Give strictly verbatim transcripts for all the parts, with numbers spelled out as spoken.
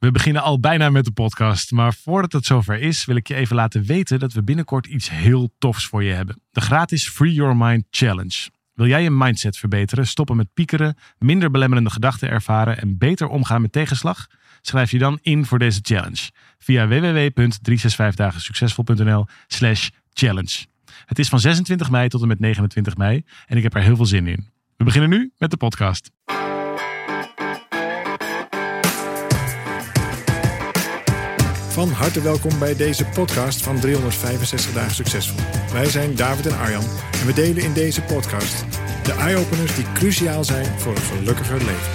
We beginnen al bijna met de podcast, maar voordat het zover is wil ik je even laten weten dat we binnenkort iets heel tofs voor je hebben. De gratis Free Your Mind Challenge. Wil jij je mindset verbeteren, stoppen met piekeren, minder belemmerende gedachten ervaren en beter omgaan met tegenslag? Schrijf je dan in voor deze challenge via w w w punt driehonderdzesenzestig dagen succesvol punt n l slash challenge. Het is van zesentwintig mei tot en met negenentwintig mei en ik heb er heel veel zin in. We beginnen nu met de podcast. Van harte welkom bij deze podcast van driehonderdvijfenzestig dagen succesvol. Wij zijn David en Arjan en we delen in deze podcast de eye-openers die cruciaal zijn voor een gelukkiger leven.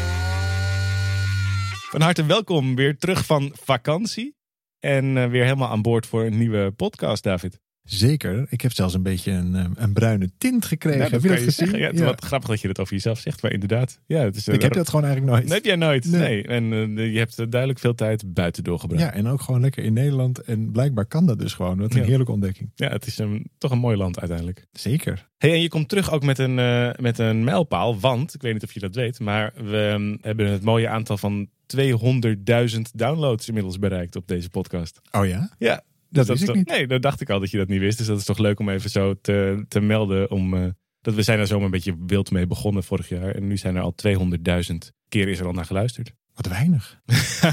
Van harte welkom weer terug van vakantie en uh, weer helemaal aan boord voor een nieuwe podcast, David. Zeker, ik heb zelfs een beetje een, een bruine tint gekregen. Nou, heb je dat gezien? Ja, Ja. Wat grappig dat je dat over jezelf zegt, maar inderdaad. Ja, het is, uh, Ik heb dat gewoon eigenlijk nooit. Dat heb jij nooit, nee. Nee. En uh, je hebt uh, duidelijk veel tijd buiten doorgebracht. Ja, en ook gewoon lekker in Nederland. En blijkbaar kan dat dus gewoon. Wat een Ja. heerlijke ontdekking. Ja, het is um, toch een mooi land uiteindelijk. Zeker. Hey, en je komt terug ook met een, uh, met een mijlpaal, want, ik weet niet of je dat weet, maar we um, hebben het mooie aantal van tweehonderdduizend downloads inmiddels bereikt op deze podcast. Oh ja? Ja. Dat Dus wist is ik toch, niet. Nee, dat dacht ik al dat je dat niet wist. Dus dat is toch leuk om even zo te, te melden. Om, uh, dat we zijn er zomaar een beetje wild mee begonnen vorig jaar. En nu zijn er al tweehonderdduizend keer is er al naar geluisterd. Wat weinig.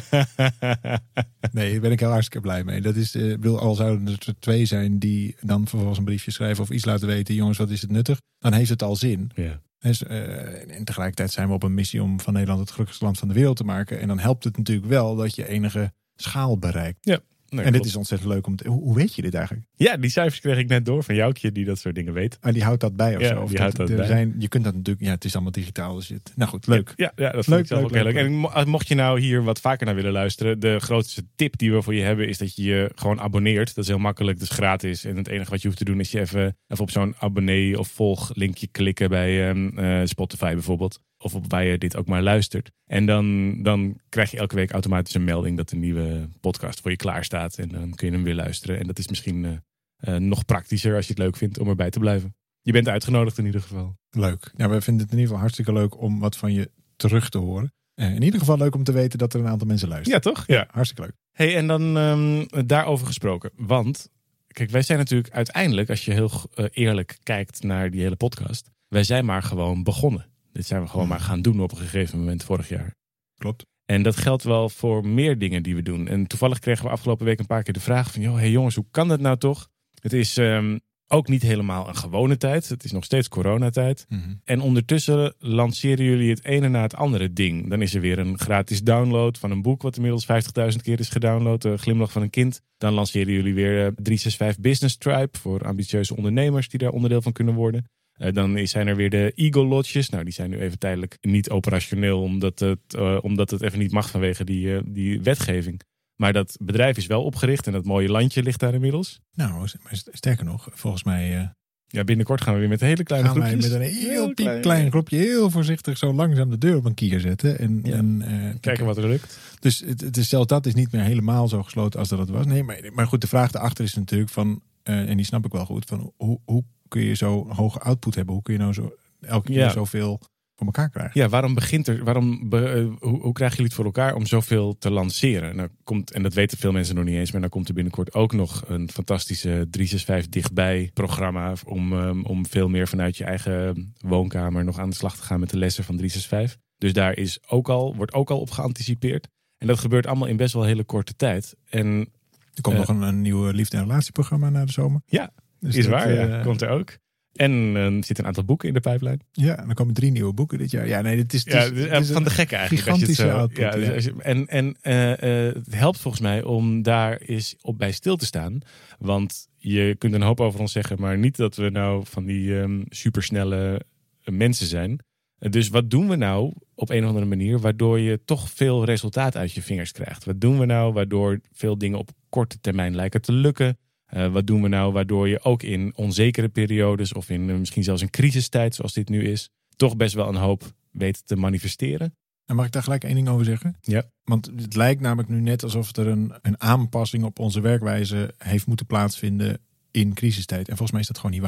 Nee, daar ben ik heel hartstikke blij mee. Dat is, uh, bedoel, al zouden er twee zijn die dan vervolgens een briefje schrijven of iets laten weten. Jongens, wat is het nuttig? Dan heeft het al zin. Ja. Dus, uh, en tegelijkertijd zijn we op een missie om van Nederland het gelukkigste land van de wereld te maken. En dan helpt het natuurlijk wel dat je enige schaal bereikt. Ja. Nee, en dit klopt. is ontzettend leuk om te... Hoe, hoe weet je dit eigenlijk? Ja, die cijfers kreeg ik net door van Joukje die dat soort dingen weet. Ah, die houdt dat bij of Ja, zo? Of die houdt dat er bij. Zijn, je kunt dat natuurlijk... Ja, het is allemaal digitaal. Dus het, nou goed, leuk. Ja, ja dat vind Leuk, ik zelf leuk, ook heel leuk, leuk. En mo- mocht je nou hier wat vaker naar willen luisteren, de grootste tip die we voor je hebben is dat je je gewoon abonneert. Dat is heel makkelijk, dat is gratis. En het enige wat je hoeft te doen is je even, even op zo'n abonnee of volg linkje klikken bij um, uh, Spotify bijvoorbeeld. Of op waar je dit ook maar luistert. En dan, dan krijg je elke week automatisch een melding dat een nieuwe podcast voor je klaar staat. En dan kun je hem weer luisteren. En dat is misschien uh, uh, nog praktischer als je het leuk vindt om erbij te blijven. Je bent uitgenodigd in ieder geval. Leuk. Ja, we vinden het in ieder geval hartstikke leuk om wat van je terug te horen. Uh, in ieder geval leuk om te weten dat er een aantal mensen luisteren. Ja, toch? Ja. Hartstikke leuk. Hey, en dan um, daarover gesproken. Want, kijk, wij zijn natuurlijk uiteindelijk, als je heel uh, eerlijk kijkt naar die hele podcast, wij zijn maar gewoon begonnen. Dit zijn we gewoon maar gaan doen op een gegeven moment vorig jaar. Klopt. En dat geldt wel voor meer dingen die we doen. En toevallig kregen we afgelopen week een paar keer de vraag van, joh, hey jongens, hoe kan dat nou toch? Het is um, ook niet helemaal een gewone tijd. Het is nog steeds coronatijd. Mm-hmm. En ondertussen lanceren jullie het ene na het andere ding. Dan is er weer een gratis download van een boek wat inmiddels vijftigduizend keer is gedownload. De Glimlach van een kind. Dan lanceren jullie weer uh, driehonderdzesenzestig Business Tribe voor ambitieuze ondernemers die daar onderdeel van kunnen worden. Uh, dan zijn er weer de Eagle Lodges. Nou, die zijn nu even tijdelijk niet operationeel, omdat het, uh, omdat het even niet mag vanwege die, uh, die wetgeving. Maar dat bedrijf is wel opgericht en dat mooie landje ligt daar inmiddels. Nou, sterker nog, volgens mij... Uh... Ja, binnenkort gaan we weer met hele kleine gaan groepjes. wij met een heel, heel piep klein, klein groepje heel voorzichtig zo langzaam de deur op een kier zetten. En, Ja. en, uh, Kijken wat er lukt. Dus het, het is zelfs dat is niet meer helemaal zo gesloten als dat het was. Nee, maar, maar goed, de vraag daarachter is natuurlijk van, uh, en die snap ik wel goed, van hoe, hoe kun je zo hoge output hebben? Hoe kun je nou zo elke keer Ja. zoveel voor elkaar krijgen? Ja, waarom begint er, waarom, be, uh, hoe, hoe krijgen jullie het voor elkaar om zoveel te lanceren? Nou komt, en dat weten veel mensen nog niet eens, maar dan komt er binnenkort ook nog een fantastische driehonderdzesenzestig dichtbij programma om, um, om veel meer vanuit je eigen woonkamer nog aan de slag te gaan met de lessen van driehonderdzesenzestig. Dus daar is ook al, wordt ook al op geanticipeerd. En dat gebeurt allemaal in best wel hele korte tijd. En Er komt uh, nog een, een nieuw liefde- en relatieprogramma na de zomer. ja, Dus is dat, waar, ja. uh, Komt er ook. En er uh, zitten een aantal boeken in de pijplijn. Ja, en er komen drie nieuwe boeken dit jaar. Ja, nee, dit is, het Ja, is, dus, het is van de een gekke eigenlijk. gigantische als je het output. zo, ja, dus ja. als je- en en uh, uh, het helpt volgens mij om daar eens op bij stil te staan. Want je kunt een hoop over ons zeggen, maar niet dat we nou van die um, supersnelle mensen zijn. Dus wat doen we nou op een of andere manier waardoor je toch veel resultaat uit je vingers krijgt? Wat doen we nou waardoor veel dingen op korte termijn lijken te lukken? Uh, wat doen we nou waardoor je ook in onzekere periodes of in uh, misschien zelfs een crisistijd zoals dit nu is, toch best wel een hoop weet te manifesteren? En mag ik daar gelijk één ding over zeggen? Ja. Want het lijkt namelijk nu net alsof er een, een aanpassing op onze werkwijze heeft moeten plaatsvinden in crisistijd. En volgens mij is dat gewoon niet waar.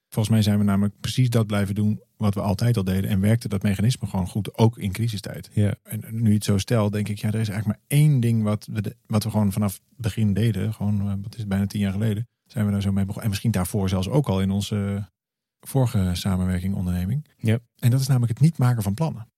Volgens mij zijn we namelijk precies dat blijven doen wat we altijd al deden. En werkte dat mechanisme gewoon goed, ook in crisistijd. Ja. En nu je het zo stelt, denk ik, ja, er is eigenlijk maar één ding wat we, de, wat we gewoon vanaf het begin deden. Gewoon, wat is het, bijna tien jaar geleden, zijn we daar zo mee begonnen. En misschien daarvoor zelfs ook al in onze vorige samenwerking, onderneming. Ja. En dat is namelijk het niet maken van plannen.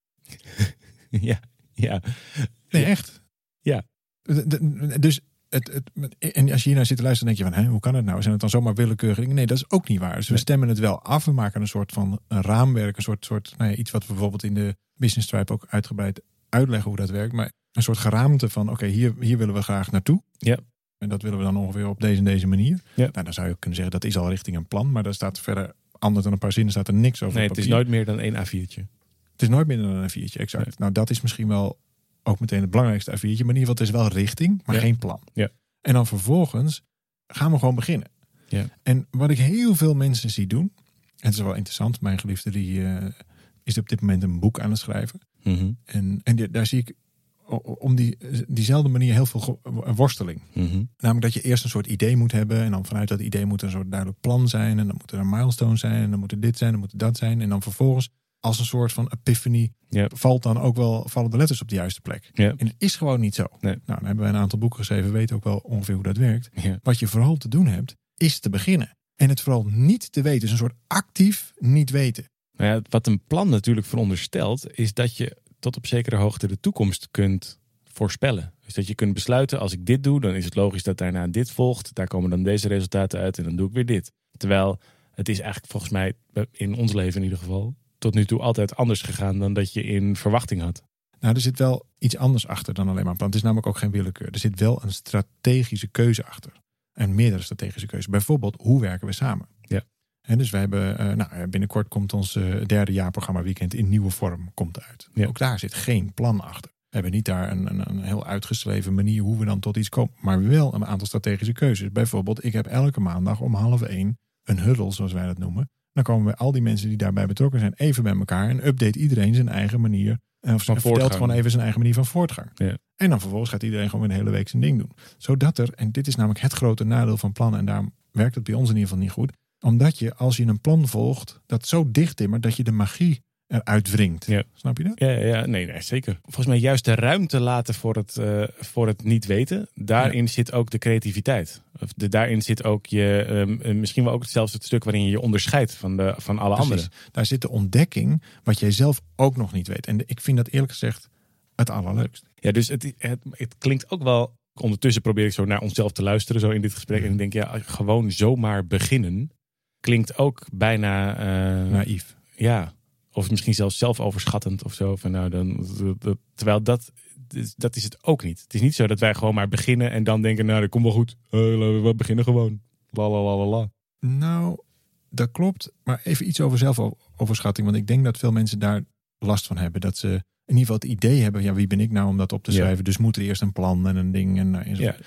ja, ja. Nee, echt. Ja. De, de, dus... Het, het, en als je hier naar zit te luisteren, denk je van, hé, hoe kan het nou? Zijn het dan zomaar willekeurige dingen? Nee, dat is ook niet waar. Dus we stemmen het wel af. We maken een soort van een raamwerk, een soort, soort nou ja, iets wat we bijvoorbeeld in de Business Tribe ook uitgebreid uitleggen hoe dat werkt. Maar een soort geraamte van, oké, okay, hier, hier willen we graag naartoe. Ja. En dat willen we dan ongeveer op deze en deze manier. Ja. Nou, dan zou je kunnen zeggen, dat is al richting een plan. Maar daar staat verder, anders dan een paar zinnen, staat er niks over. Nee, het is nooit meer dan één A viertje. Het is nooit meer dan een A viertje, exact. Nee. Nou, dat is misschien wel ook meteen het belangrijkste A viertje. Maar in ieder geval, het is wel richting, maar ja. geen plan. Ja. En dan vervolgens gaan we gewoon beginnen. Ja. En wat ik heel veel mensen zie doen, en het is wel interessant, mijn geliefde die uh, is op dit moment een boek aan het schrijven. Mm-hmm. En, en die, daar zie ik om die, diezelfde manier heel veel worsteling. Mm-hmm. Namelijk dat je eerst een soort idee moet hebben en dan vanuit dat idee moet er een soort duidelijk plan zijn en dan moet er een milestone zijn en dan moet er dit zijn, dan moet er dat zijn. En dan vervolgens als een soort van epiphany ja. valt dan ook wel, vallen de letters op de juiste plek. Ja. En het is gewoon niet zo. Nee. Nou, dan hebben we een aantal boeken geschreven, weten ook wel ongeveer hoe dat werkt. Ja. Wat je vooral te doen hebt, is te beginnen. En het vooral niet te weten. Dus een soort actief niet weten. Nou ja, wat een plan natuurlijk veronderstelt, is dat je tot op zekere hoogte de toekomst kunt voorspellen. Dus dat je kunt besluiten, als ik dit doe, dan is het logisch dat daarna dit volgt. Daar komen dan deze resultaten uit en dan doe ik weer dit. Terwijl het is eigenlijk volgens mij, in ons leven in ieder geval, tot nu toe altijd anders gegaan dan dat je in verwachting had. Nou, er zit wel iets anders achter dan alleen maar een plan. Het is namelijk ook geen willekeur. Er zit wel een strategische keuze achter. En meerdere strategische keuzes. Bijvoorbeeld, hoe werken we samen? Ja. En dus wij hebben, uh, nou, binnenkort komt ons uh, derde jaarprogramma Weekend in nieuwe vorm komt uit. Ja. Ook daar zit geen plan achter. We hebben niet daar een, een, een heel uitgeschreven manier hoe we dan tot iets komen. Maar wel een aantal strategische keuzes. Bijvoorbeeld, ik heb elke maandag om half één een huddle, zoals wij dat noemen. Dan komen we al die mensen die daarbij betrokken zijn even bij elkaar. En update iedereen zijn eigen manier. Of van vertelt gewoon even zijn eigen manier van voortgang. Ja. En dan vervolgens gaat iedereen gewoon weer de hele week zijn ding doen. Zodat er, en dit is namelijk het grote nadeel van plannen. En daarom werkt het bij ons in ieder geval niet goed. Omdat je, als je een plan volgt, dat zo dicht timmert dat je de magie eruit wringt. Ja. Snap je dat? Ja, ja nee, nee, zeker. Volgens mij juist de ruimte laten voor het, uh, voor het niet weten. Daarin ja. zit ook de creativiteit. Of de, daarin zit ook je, um, misschien wel ook zelfs het stuk waarin je je onderscheidt van, de, van alle Precies. anderen. Daar zit de ontdekking wat jij zelf ook nog niet weet. En ik vind dat eerlijk gezegd het allerleukst. Ja, dus het, het, het klinkt ook wel. Ondertussen probeer ik zo naar onszelf te luisteren, zo in dit gesprek. En ik denk, ja, gewoon zomaar beginnen klinkt ook bijna uh, naïef. Ja. Of misschien zelfs zelfoverschattend of zo. Van nou dan, terwijl dat, dat is het ook niet. Het is niet zo dat wij gewoon maar beginnen en dan denken, nou dat komt wel goed. Uh, we beginnen gewoon. La la la la la. Nou, dat klopt. Maar even iets over zelfoverschatting. Want ik denk dat veel mensen daar last van hebben. Dat ze in ieder geval het idee hebben, ja, wie ben ik nou om dat op te schrijven? Ja. Dus moet er eerst een plan en een ding. En, en zo. Ja.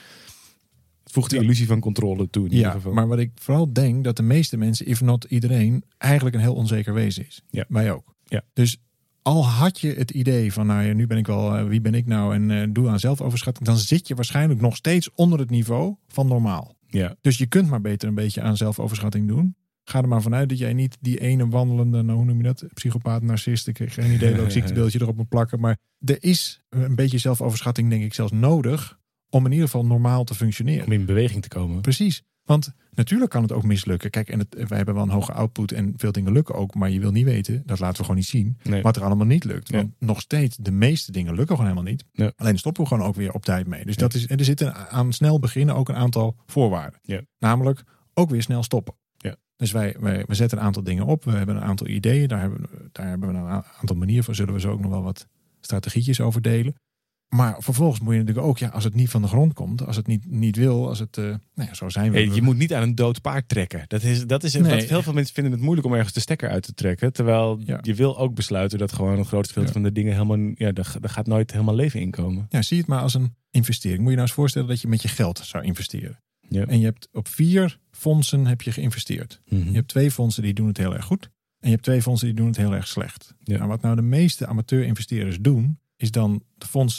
Het voegt de illusie van controle toe. In ja, ieder geval. Maar wat ik vooral denk, dat de meeste mensen, if not iedereen, eigenlijk een heel onzeker wezen is. Ja. Wij ook. Ja. Dus al had je het idee van, nou ja, nu ben ik wel, uh, wie ben ik nou en uh, doe aan zelfoverschatting, dan zit je waarschijnlijk nog steeds onder het niveau van normaal. Ja. Dus je kunt maar beter een beetje aan zelfoverschatting doen. Ga er maar vanuit dat jij niet die ene wandelende, nou, hoe noem je dat, psychopaat, narcist, ik heb geen idee welk ziektebeeldje erop moet plakken. Maar er is een beetje zelfoverschatting, denk ik, zelfs nodig om in ieder geval normaal te functioneren. Om in beweging te komen. Precies. Want natuurlijk kan het ook mislukken. Kijk, en het, wij hebben wel een hoge output en veel dingen lukken ook. Maar je wil niet weten, dat laten we gewoon niet zien, nee. wat er allemaal niet lukt. Want ja. nog steeds, de meeste dingen lukken gewoon helemaal niet. Ja. Alleen stoppen we gewoon ook weer op tijd mee. Dus ja. dat is, en er zitten aan snel beginnen ook een aantal voorwaarden. Ja. Namelijk ook weer snel stoppen. Ja. Dus wij, wij we zetten een aantal dingen op. We hebben een aantal ideeën. Daar hebben, daar hebben we een aantal manieren voor. Zullen we zo ook nog wel wat strategietjes over delen. Maar vervolgens moet je natuurlijk ook, ja, als het niet van de grond komt, als het niet, niet wil, als het, uh, nou ja, zo zijn we. Hey, je moet niet aan een dood paard trekken. Dat is, dat is Nee. wat heel veel mensen vinden het moeilijk om ergens de stekker uit te trekken. Terwijl Ja. je wil ook besluiten dat gewoon een groot deel Ja. van de dingen helemaal, ja, daar, daar gaat nooit helemaal leven in komen. Ja, zie het maar als een investering. Moet je nou eens voorstellen dat je met je geld zou investeren. Ja. En je hebt op vier fondsen heb je geïnvesteerd. Mm-hmm. Je hebt twee fondsen die doen het heel erg goed. En je hebt twee fondsen die doen het heel erg slecht. Ja. Nou, wat nou de meeste amateur investeerders doen, is dan de fondsen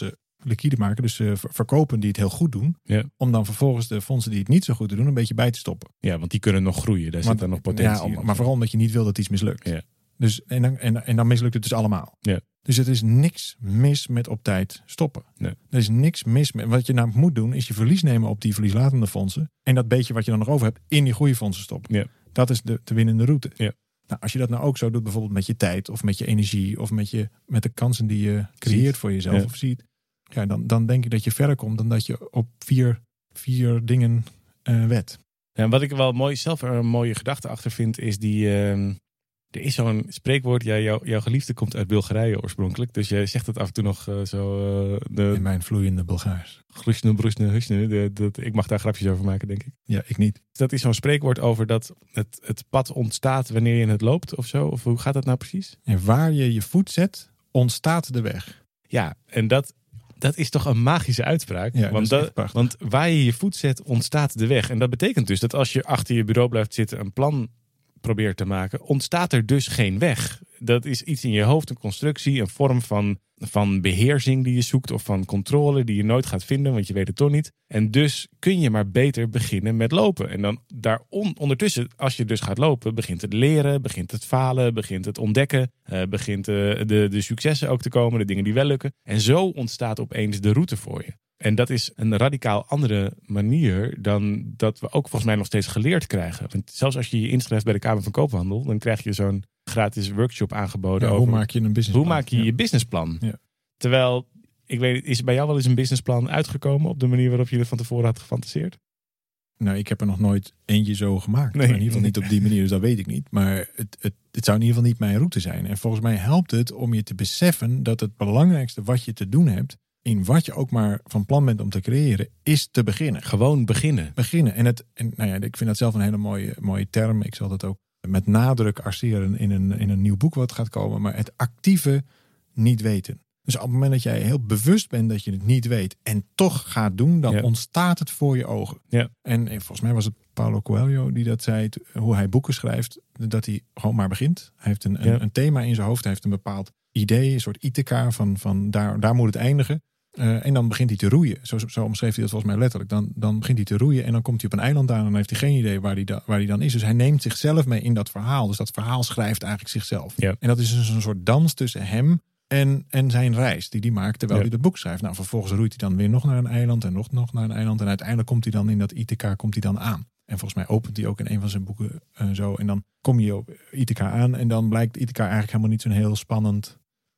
liquide maken. Dus uh, verkopen die het heel goed doen. Ja. Om dan vervolgens de fondsen die het niet zo goed doen een beetje bij te stoppen. Ja, want die kunnen nog groeien. Daar want, zit dan nog potentie ja, om, in. Maar vooral omdat je niet wil dat iets mislukt. Ja. Dus, en, dan, en, en dan mislukt het dus allemaal. Ja. Dus er is niks mis met op tijd stoppen. Nee. Er is niks mis met. Wat je namelijk moet doen is je verlies nemen op die verlieslatende fondsen. En dat beetje wat je dan nog over hebt in die goede fondsen stoppen. Ja. Dat is de, de winnende route. Ja. Nou, als je dat nou ook zo doet, bijvoorbeeld met je tijd of met je energie of met, je, met de kansen die je creëert ziet. voor jezelf ja. of ziet. Ja, dan, dan denk ik dat je verder komt dan dat je op vier, vier dingen uh, wet. Ja, wat ik wel mooi, zelf een mooie gedachte achter vind, is die. Uh, er is zo'n spreekwoord. Ja, jou, jouw geliefde komt uit Bulgarije oorspronkelijk. Dus jij zegt het af en toe nog uh, zo. Uh, de, In mijn vloeiende Bulgaars. Glusne, brusne, husne. De, dat, ik mag daar grapjes over maken, denk ik. Ja, ik niet. Dat is zo'n spreekwoord over dat het, het pad ontstaat wanneer je het loopt of zo. Of hoe gaat dat nou precies? En waar je je voet zet, ontstaat de weg. Ja, en dat. Dat is toch een magische uitspraak. Ja, want, dat dat, want waar je je voet zet, ontstaat de weg. En dat betekent dus dat als je achter je bureau blijft zitten, een plan probeert te maken, ontstaat er dus geen weg. Dat is iets in je hoofd, een constructie, een vorm van, van beheersing die je zoekt of van controle die je nooit gaat vinden, want je weet het toch niet. En dus kun je maar beter beginnen met lopen. En dan daar on, ondertussen, als je dus gaat lopen, begint het leren, begint het falen, begint het ontdekken, uh, begint uh, de, de successen ook te komen, de dingen die wel lukken. En zo ontstaat opeens de route voor je. En dat is een radicaal andere manier dan dat we ook volgens mij nog steeds geleerd krijgen. Want zelfs als je je inschrijft bij de Kamer van Koophandel, dan krijg je zo'n gratis workshop aangeboden. Ja, over hoe maak je een businessplan? Hoe maak je ja. je businessplan? Ja. Terwijl, ik weet, is bij jou wel eens een businessplan uitgekomen op de manier waarop je er van tevoren had gefantaseerd? Nou, ik heb er nog nooit eentje zo gemaakt. Nee. In ieder geval niet op die manier, dus dat weet ik niet. Maar het, het, het zou in ieder geval niet mijn route zijn. En volgens mij helpt het om je te beseffen dat het belangrijkste wat je te doen hebt, in wat je ook maar van plan bent om te creëren, is te beginnen. Gewoon beginnen. Beginnen. En, het, en nou ja, ik vind dat zelf een hele mooie, mooie term. Ik zal dat ook met nadruk arceren in een, in een nieuw boek wat gaat komen. Maar het actieve niet weten. Dus op het moment dat jij heel bewust bent dat je het niet weet en toch gaat doen, dan ja. ontstaat het voor je ogen. Ja. En, en volgens mij was het Paulo Coelho die dat zei, hoe hij boeken schrijft, dat hij gewoon maar begint. Hij heeft een, ja. een, een thema in zijn hoofd, hij heeft een bepaald idee, een soort Ithaca van, van daar, daar moet het eindigen. Uh, en dan begint hij te roeien. Zo, zo omschreef hij dat volgens mij letterlijk. Dan, dan begint hij te roeien en dan komt hij op een eiland aan en dan heeft hij geen idee waar hij, da, waar hij dan is. Dus hij neemt zichzelf mee in dat verhaal. Dus dat verhaal schrijft eigenlijk zichzelf. Ja. En dat is dus een soort dans tussen hem en, en zijn reis die hij maakt terwijl ja. hij dat boek schrijft. Nou, vervolgens roeit hij dan weer nog naar een eiland en nog, nog naar een eiland. En uiteindelijk komt hij dan in dat Ithaca komt hij dan aan. En volgens mij opent hij ook in een van zijn boeken uh, zo. En dan kom je op Ithaca aan en dan blijkt Ithaca eigenlijk helemaal niet zo'n heel spannend,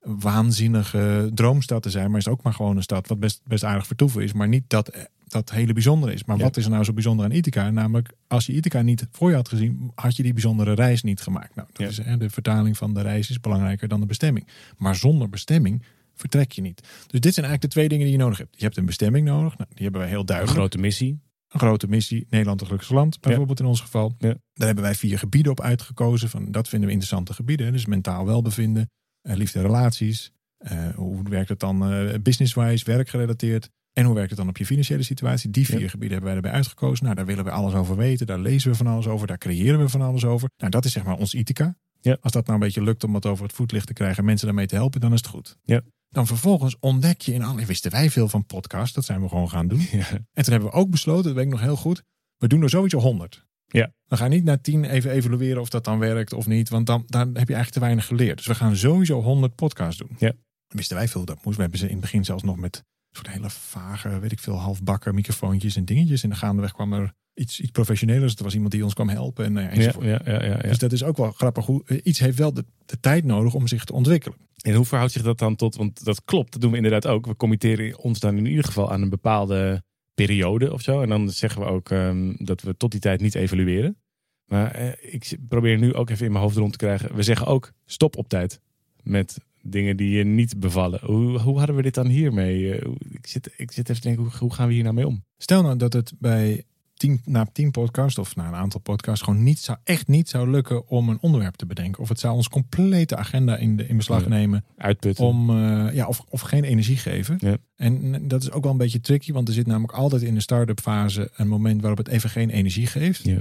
waanzinnige droomstad te zijn, maar is ook maar gewoon een stad wat best, best aardig vertoeven is, maar niet dat dat hele bijzondere is. Maar ja. wat is er nou zo bijzonder aan Ithaca? Namelijk, als je Ithaca niet voor je had gezien, had je die bijzondere reis niet gemaakt. Nou, dat ja. is, hè, de vertaling van de reis is belangrijker dan de bestemming. Maar zonder bestemming vertrek je niet. Dus dit zijn eigenlijk de twee dingen die je nodig hebt. Je hebt een bestemming nodig. Nou, die hebben wij heel duidelijk. Een grote missie. Een grote missie. Nederland een gelukkig land, bijvoorbeeld ja. in ons geval. Ja. Daar hebben wij vier gebieden op uitgekozen. Van, dat vinden we interessante gebieden. Dus mentaal welbevinden, uh, liefde, relaties. Uh, hoe werkt het dan uh, business-wise, werkgerelateerd? En hoe werkt het dan op je financiële situatie? Die vier ja. gebieden hebben wij erbij uitgekozen. Nou, daar willen we alles over weten. Daar lezen we van alles over. Daar creëren we van alles over. Nou, dat is zeg maar ons Ithaca. Ja. Als dat nou een beetje lukt om het over het voetlicht te krijgen en mensen daarmee te helpen, dan is het goed. Ja. Dan vervolgens ontdek je in alle... Wisten wij veel van podcasts. Dat zijn we gewoon gaan doen. Ja. En toen hebben we ook besloten, dat weet ik nog heel goed, we doen er sowieso honderd. Ja. Dan ga je niet na tien even evalueren of dat dan werkt of niet. Want dan, dan heb je eigenlijk te weinig geleerd. Dus we gaan sowieso honderd podcasts doen. Ja. Wisten wij veel dat moest. We hebben ze in het begin zelfs nog met soort hele vage, weet ik veel, halfbakken microfoontjes en dingetjes. En dan gaandeweg kwam er iets, iets professionelers. Er was iemand die ons kwam helpen. En, nou ja, enzovoort. Ja, ja, ja, ja, ja. Dus dat is ook wel grappig. Hoe, iets heeft wel de, de tijd nodig om zich te ontwikkelen. En hoe verhoudt zich dat dan tot, want dat klopt, dat doen we inderdaad ook. We committeren ons dan in ieder geval aan een bepaalde periode of zo. En dan zeggen we ook um, dat we tot die tijd niet evalueren. Maar eh, ik probeer nu ook even in mijn hoofd rond te krijgen. We zeggen ook stop op tijd met dingen die je niet bevallen. Hoe, hoe hadden we dit dan hiermee? Uh, ik, zit, ik zit even te denken, hoe, hoe gaan we hier nou mee om? Stel nou dat het bij tien, na tien podcasts of na een aantal podcasts gewoon niet zou, echt niet zou lukken om een onderwerp te bedenken. Of het zou ons complete agenda in, de, in beslag ja, nemen. Uitputten. Om, uh, ja, of, of geen energie geven. Ja. En dat is ook wel een beetje tricky, want er zit namelijk altijd in de start-up fase een moment waarop het even geen energie geeft. Ja.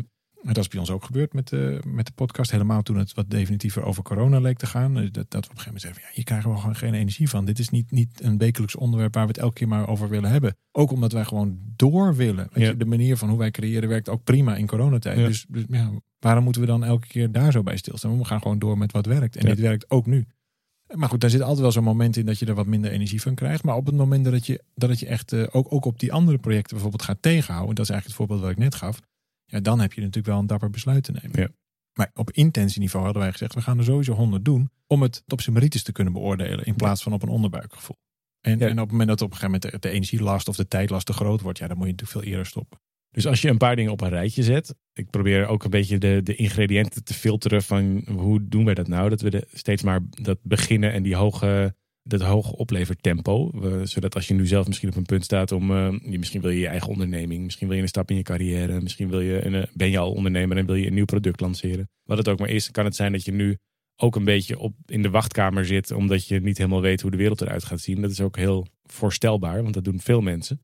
Maar dat is bij ons ook gebeurd met de, met de podcast. Helemaal toen het wat definitiever over corona leek te gaan. Dat, dat we op een gegeven moment zeggen, ja, hier krijgen we gewoon geen energie van. Dit is niet, niet een wekelijks onderwerp waar we het elke keer maar over willen hebben. Ook omdat wij gewoon door willen. Weet Ja. je, de manier van hoe wij creëren werkt ook prima in coronatijd. Ja. Dus, dus ja, waarom moeten we dan elke keer daar zo bij stilstaan? We gaan gewoon door met wat werkt. En Ja. dit werkt ook nu. Maar goed, daar zit altijd wel zo'n moment in dat je er wat minder energie van krijgt. Maar op het moment dat het je, dat het je echt uh, ook, ook op die andere projecten bijvoorbeeld gaat tegenhouden. Dat is eigenlijk het voorbeeld wat ik net gaf. Ja, dan heb je natuurlijk wel een dapper besluit te nemen. Ja. Maar op intentieniveau hadden wij gezegd, we gaan er sowieso honderd doen om het op zijn merites te kunnen beoordelen in plaats van op een onderbuikgevoel. En, Ja. en op het moment dat op een gegeven moment de, de energielast of de tijdlast te groot wordt, ja, dan moet je natuurlijk veel eerder stoppen. Dus als je een paar dingen op een rijtje zet. Ik probeer ook een beetje de, de ingrediënten te filteren van hoe doen wij dat nou? Dat we de, steeds maar dat beginnen en die hoge, dat hoge oplevertempo. We, zodat als je nu zelf misschien op een punt staat om, uh, je, misschien wil je je eigen onderneming. Misschien wil je een stap in je carrière. Misschien wil je een, ben je al ondernemer en wil je een nieuw product lanceren. Wat het ook maar is, kan het zijn dat je nu ook een beetje op, in de wachtkamer zit. Omdat je niet helemaal weet hoe de wereld eruit gaat zien. Dat is ook heel voorstelbaar, want dat doen veel mensen.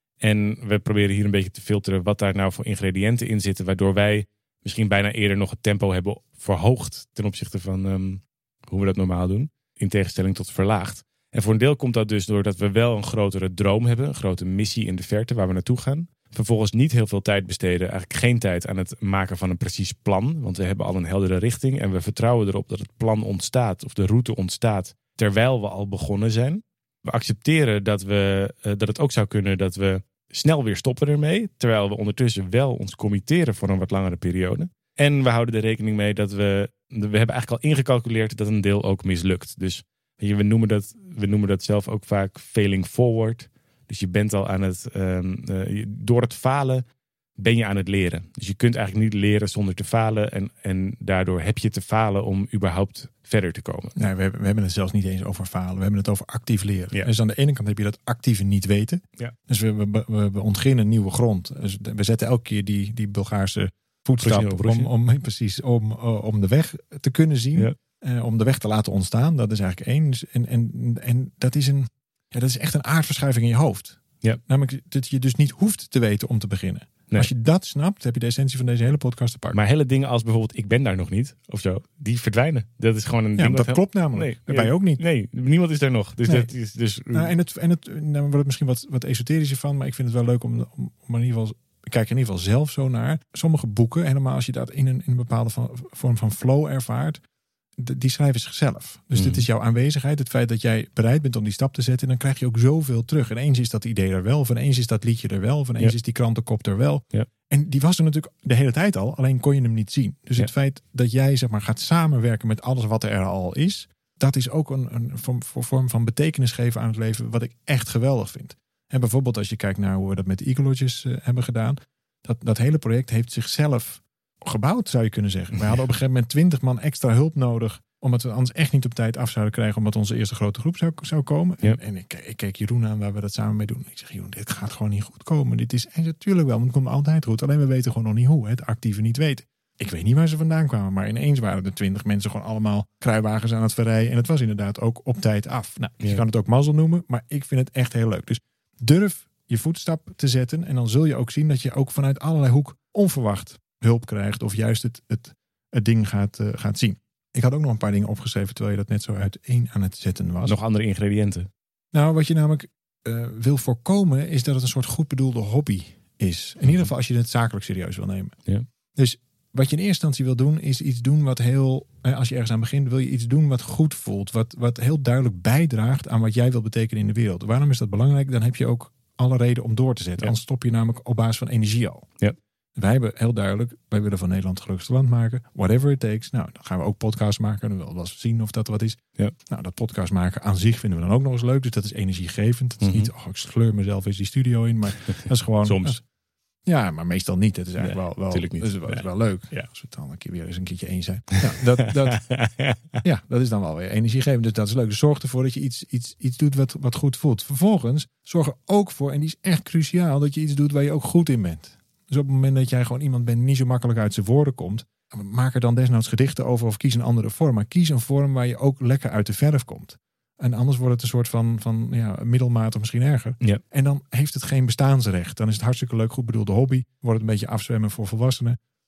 En we proberen hier een beetje te filteren wat daar nou voor ingrediënten in zitten. Waardoor wij misschien bijna eerder nog het tempo hebben verhoogd ten opzichte van um, hoe we dat normaal doen. In tegenstelling tot verlaagd. En voor een deel komt dat dus doordat we wel een grotere droom hebben. Een grote missie in de verte waar we naartoe gaan. Vervolgens niet heel veel tijd besteden. Eigenlijk geen tijd aan het maken van een precies plan. Want we hebben al een heldere richting. En we vertrouwen erop dat het plan ontstaat. Of de route ontstaat. Terwijl we al begonnen zijn. We accepteren dat, we, uh, dat het ook zou kunnen dat we snel weer stoppen ermee. Terwijl we ondertussen wel ons committeren voor een wat langere periode. En we houden er rekening mee dat we... We hebben eigenlijk al ingecalculeerd dat een deel ook mislukt. Dus we noemen dat, we noemen dat zelf ook vaak failing forward. Dus je bent al aan het... Um, uh, door het falen ben je aan het leren. Dus je kunt eigenlijk niet leren zonder te falen. En, en daardoor heb je te falen om überhaupt verder te komen. Nee, we, hebben, we hebben het zelfs niet eens over falen. We hebben het over actief leren. Ja. Dus aan de ene kant heb je dat actieve niet weten. Ja. Dus we, we, we, we ontginnen nieuwe grond. Dus we zetten elke keer die, die Bulgaarse voetstap om, om, precies, om, om de weg te kunnen zien. Ja. Uh, om de weg te laten ontstaan. Dat is eigenlijk één. Dus en, en, en dat is een, ja, dat is echt een aardverschuiving in je hoofd. Ja. Namelijk dat je dus niet hoeft te weten om te beginnen. Nee. Als je dat snapt, heb je de essentie van deze hele podcast te pakken. Maar hele dingen als bijvoorbeeld ik ben daar nog niet of zo, die verdwijnen. Dat is gewoon een ja, ding. dat wat klopt namelijk. Nee, wij ja, ook niet. Nee, niemand is daar nog. Dus Nee. dat is dus. Nou, en het, en het, nou wordt het misschien wat, wat esoterischer van, maar ik vind het wel leuk om, om, om in ieder geval, ik kijk er in ieder geval zelf zo naar. Sommige boeken, helemaal als je dat in een, in een bepaalde van, vorm van flow ervaart, de, die schrijven zichzelf. Dus Mm. dit is jouw aanwezigheid, het feit dat jij bereid bent om die stap te zetten, dan krijg je ook zoveel terug. En eens is dat idee er wel, van eens is dat liedje er wel, van eens Ja. is die krantenkop er wel. Ja. En die was er natuurlijk de hele tijd al, alleen kon je hem niet zien. Dus Ja. het feit dat jij zeg maar gaat samenwerken met alles wat er al is, dat is ook een, een vorm, vorm van betekenis geven aan het leven, wat ik echt geweldig vind. En bijvoorbeeld als je kijkt naar hoe we dat met de Eagle Lodges uh, hebben gedaan, dat, dat hele project heeft zichzelf gebouwd, zou je kunnen zeggen. We hadden op een gegeven moment twintig man extra hulp nodig, omdat we anders echt niet op tijd af zouden krijgen, omdat onze eerste grote groep zou, zou komen. Ja. En, en ik, ik keek Jeroen aan waar we dat samen mee doen. Ik zeg, Jeroen, dit gaat gewoon niet goed komen. Dit is en natuurlijk wel, want het komt altijd goed. Alleen we weten gewoon nog niet hoe. Het actieve niet weten. Ik weet niet waar ze vandaan kwamen, maar ineens waren er twintig mensen gewoon allemaal kruiwagens aan het verrijden. En het was inderdaad ook op tijd af. Nou, je Ja. kan het ook mazzel noemen, maar ik vind het echt heel leuk. Dus durf je voetstap te zetten en dan zul je ook zien dat je ook vanuit allerlei hoek onverwacht hulp krijgt of juist het, het, het ding gaat, uh, gaat zien. Ik had ook nog een paar dingen opgeschreven terwijl je dat net zo uiteen aan het zetten was. Nog andere ingrediënten. Nou, wat je namelijk uh, wil voorkomen is dat het een soort goed bedoelde hobby is. In ieder geval als je het zakelijk serieus wil nemen. Ja. Dus wat je in eerste instantie wil doen is iets doen wat heel, als je ergens aan begint, wil je iets doen wat goed voelt. Wat, wat heel duidelijk bijdraagt aan wat jij wil betekenen in de wereld. Waarom is dat belangrijk? Dan heb je ook alle reden om door te zetten. Ja. Anders stop je namelijk op basis van energie al. Ja. Wij hebben heel duidelijk, wij willen van Nederland het gelukkigste land maken. Whatever it takes. Nou, dan gaan we ook podcasts maken. Dan willen we wel eens zien of dat wat is. Ja. Nou, dat podcast maken aan zich vinden we dan ook nog eens leuk. Dus dat is energiegevend. Dat is Mm-hmm. niet, oh, ik sleur mezelf eens die studio in. Maar dat is gewoon... Soms. Ja, maar meestal niet. Het is eigenlijk Nee, wel, wel, natuurlijk niet. Dat is wel, Ja. is wel leuk. Ja. Als we het dan een keer weer eens een keertje eens zijn. Ja, dat, dat, ja, dat is dan wel weer energiegevend. Dus dat is leuk. Dus zorg ervoor dat je iets, iets, iets doet wat, wat goed voelt. Vervolgens zorg er ook voor, en die is echt cruciaal, dat je iets doet waar je ook goed in bent. Dus op het moment dat jij gewoon iemand bent die niet zo makkelijk uit zijn woorden komt, maak er dan desnoods gedichten over of kies een andere vorm. Maar kies een vorm waar je ook lekker uit de verf komt. En anders wordt het een soort van, van ja, middelmaat of misschien erger. Ja. En dan heeft het geen bestaansrecht. Dan is het hartstikke leuk, goed bedoelde hobby. Wordt het een beetje afzwemmen voor volwassenen.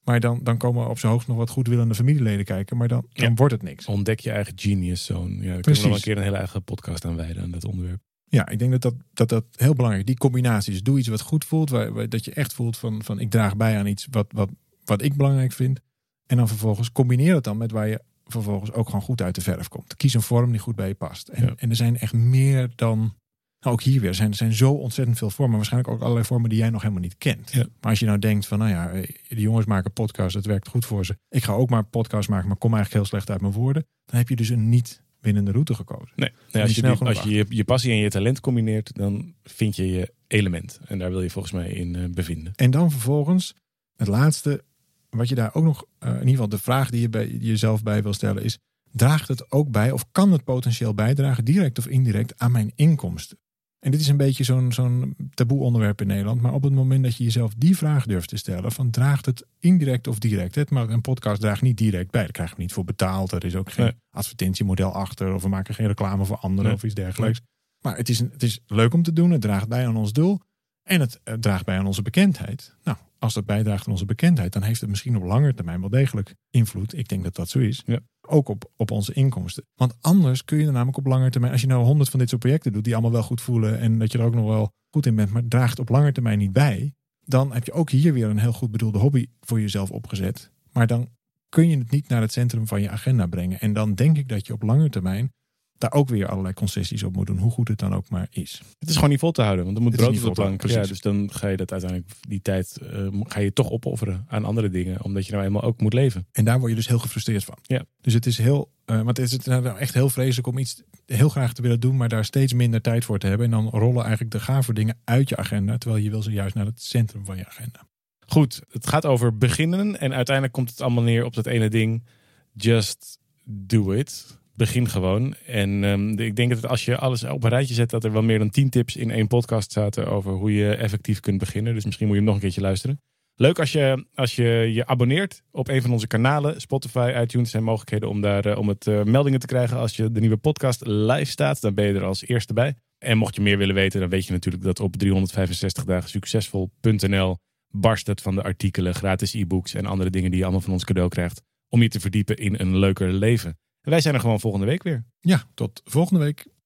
Maar dan, dan komen op zijn hoogst nog wat goedwillende familieleden kijken. Maar dan, dan Ja. wordt het niks. Ontdek je eigen genius zone. Ja, daar kunnen Precies. we nog een keer een hele eigen podcast aan wijden aan dat onderwerp. Ja, ik denk dat dat, dat dat heel belangrijk is. Die combinatie. Dus doe iets wat goed voelt. Waar, waar, dat je echt voelt van, van ik draag bij aan iets wat, wat, wat ik belangrijk vind. En dan vervolgens combineer het dan met waar je vervolgens ook gewoon goed uit de verf komt. Kies een vorm die goed bij je past. En, Ja. en er zijn echt meer dan... Nou, ook hier weer. Er zijn, er zijn zo ontzettend veel vormen. Waarschijnlijk ook allerlei vormen die jij nog helemaal niet kent. Ja. Maar als je nou denkt van, nou ja, die jongens maken podcasts. Dat werkt goed voor ze. Ik ga ook maar podcasts maken, maar kom eigenlijk heel slecht uit mijn woorden. Dan heb je dus een niet winnende route gekozen. Nee, nee als, niet je, snel die- genoeg als je, je je passie en je talent combineert, dan vind je je element. En daar wil je volgens mij in uh, bevinden. En dan vervolgens, het laatste, wat je daar ook nog, uh, in ieder geval de vraag die je bij jezelf bij wil stellen is, draagt het ook bij of kan het potentieel bijdragen, direct of indirect, aan mijn inkomsten? En dit is een beetje zo'n, zo'n taboe onderwerp in Nederland. Maar op het moment dat je jezelf die vraag durft te stellen, van draagt het indirect of direct? Het, maar een podcast draagt niet direct bij. Daar krijg je niet voor betaald. Er is ook geen Nee. advertentiemodel achter. Of we maken geen reclame voor anderen Nee. of iets dergelijks. Maar het is, een, het is leuk om te doen. Het draagt bij aan ons doel. En het, het draagt bij aan onze bekendheid. Nou, als dat bijdraagt aan onze bekendheid, dan heeft het misschien op lange termijn wel degelijk invloed. Ik denk dat dat zo is. Ja. Ook op, op onze inkomsten. Want anders kun je er namelijk op lange termijn, als je nou honderd van dit soort projecten doet, die allemaal wel goed voelen en dat je er ook nog wel goed in bent, maar het draagt op lange termijn niet bij, dan heb je ook hier weer een heel goed bedoelde hobby voor jezelf opgezet. Maar dan kun je het niet naar het centrum van je agenda brengen. En dan denk ik dat je op lange termijn daar ook weer allerlei concessies op moet doen, hoe goed het dan ook maar is. Het is gewoon niet vol te houden, want er moet Het is brood niet op de vol te plank. houden, Ja, dus dan ga je dat uiteindelijk, die tijd, uh, ga je toch opofferen aan andere dingen, omdat je nou eenmaal ook moet leven. En daar word je dus heel gefrustreerd van. Ja. Dus het is heel, uh, want het is nou echt heel vreselijk om iets heel graag te willen doen, maar daar steeds minder tijd voor te hebben. En dan rollen eigenlijk de gave dingen uit je agenda, terwijl je wil ze juist naar het centrum van je agenda. Goed, het gaat over beginnen en uiteindelijk komt het allemaal neer op dat ene ding. Just do it. Begin gewoon. En um, ik denk dat als je alles op een rijtje zet, dat er wel meer dan tien tips in één podcast zaten over hoe je effectief kunt beginnen. Dus misschien moet je hem nog een keertje luisteren. Leuk als je als je, je abonneert op een van onze kanalen. Spotify, iTunes zijn mogelijkheden om, daar, uh, om het uh, meldingen te krijgen. Als je de nieuwe podcast live staat, dan ben je er als eerste bij. En mocht je meer willen weten, dan weet je natuurlijk dat op driehonderdvijfenzestig dagen succesvol punt n l barst het van de artikelen, gratis e-books en andere dingen die je allemaal van ons cadeau krijgt. Om je te verdiepen in een leuker leven. En wij zijn er gewoon volgende week weer. Ja, tot volgende week.